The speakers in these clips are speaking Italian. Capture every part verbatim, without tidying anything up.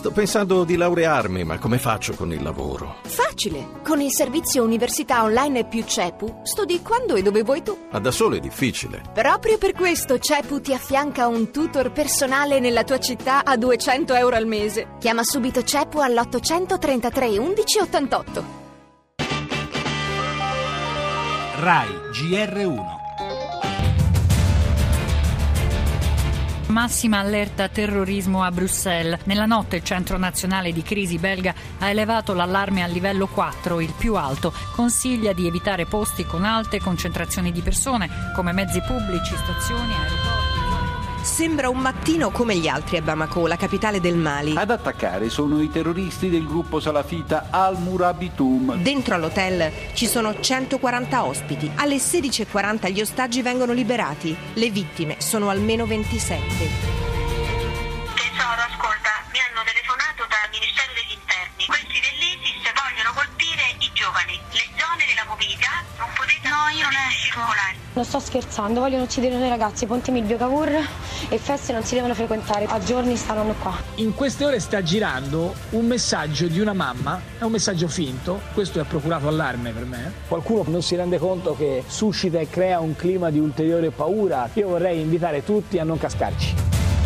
Sto pensando di laurearmi, ma come faccio con il lavoro? Facile! Con il servizio Università Online più CEPU studi quando e dove vuoi tu. Ma da solo è difficile. Proprio per questo CEPU ti affianca un tutor personale nella tua città a duecento euro al mese. Chiama subito CEPU all'ottocentotrentatré undici ottantotto. Rai G R uno. Massima allerta terrorismo a Bruxelles. Nella notte il Centro Nazionale di Crisi belga ha elevato l'allarme a livello quattro, il più alto. Consiglia di evitare posti con alte concentrazioni di persone, come mezzi pubblici, stazioni, aeroporti. Sembra un mattino come gli altri a Bamako, la capitale del Mali. Ad attaccare sono i terroristi del gruppo salafita Al-Murabitum. Dentro all'hotel ci sono centoquaranta ospiti. Alle sedici e quaranta gli ostaggi vengono liberati. Le vittime sono almeno ventisette. Tesoro, ascolta, mi hanno telefonato dal Ministero degli Interni. Questi dell'ISIS vogliono colpire i giovani. Le zone della mobilità non potete No, io non esco. circolare. Non sto scherzando, vogliono uccidere noi ragazzi. Ponte Milvio Cavour e feste non si devono frequentare. A giorni stanno qua. In queste ore sta girando un messaggio di una mamma, è un messaggio finto, questo ha procurato allarme per me. Qualcuno non si rende conto che suscita e crea un clima di ulteriore paura. Io vorrei invitare tutti a non cascarci.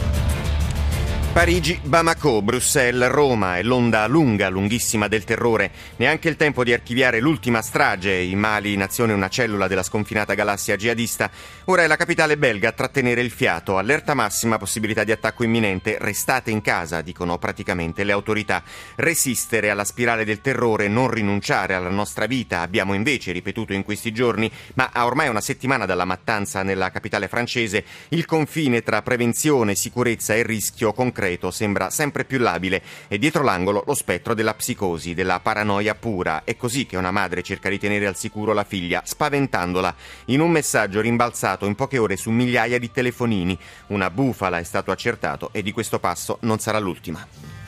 Parigi, Bamako, Bruxelles, Roma e l'onda lunga, lunghissima del terrore. Neanche il tempo di archiviare l'ultima strage, in Mali, nazione una cellula della sconfinata galassia jihadista. Ora è la capitale belga a trattenere il fiato. Allerta massima, possibilità di attacco imminente. Restate in casa, dicono praticamente le autorità. Resistere alla spirale del terrore, non rinunciare alla nostra vita. Abbiamo invece ripetuto in questi giorni, ma a ormai una settimana dalla mattanza nella capitale francese, il confine tra prevenzione, sicurezza e rischio concreto sembra sempre più labile e dietro l'angolo lo spettro della psicosi, della paranoia pura. È così che una madre cerca di tenere al sicuro la figlia, spaventandola. In un messaggio rimbalzato in poche ore su migliaia di telefonini. Una bufala, è stato accertato, e di questo passo non sarà l'ultima.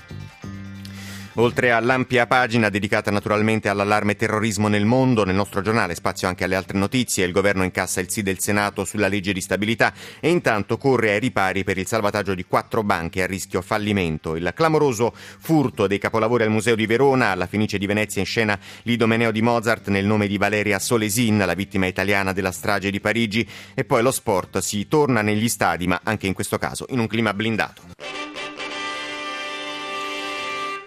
Oltre all'ampia pagina dedicata naturalmente all'allarme terrorismo nel mondo, nel nostro giornale spazio anche alle altre notizie. Il governo incassa il sì del Senato sulla legge di stabilità e intanto corre ai ripari per il salvataggio di quattro banche a rischio fallimento. Il clamoroso furto dei capolavori al Museo di Verona, alla Fenice di Venezia in scena l'Idomeneo di Mozart nel nome di Valeria Solesin, la vittima italiana della strage di Parigi. E poi lo sport, si torna negli stadi, ma anche in questo caso in un clima blindato.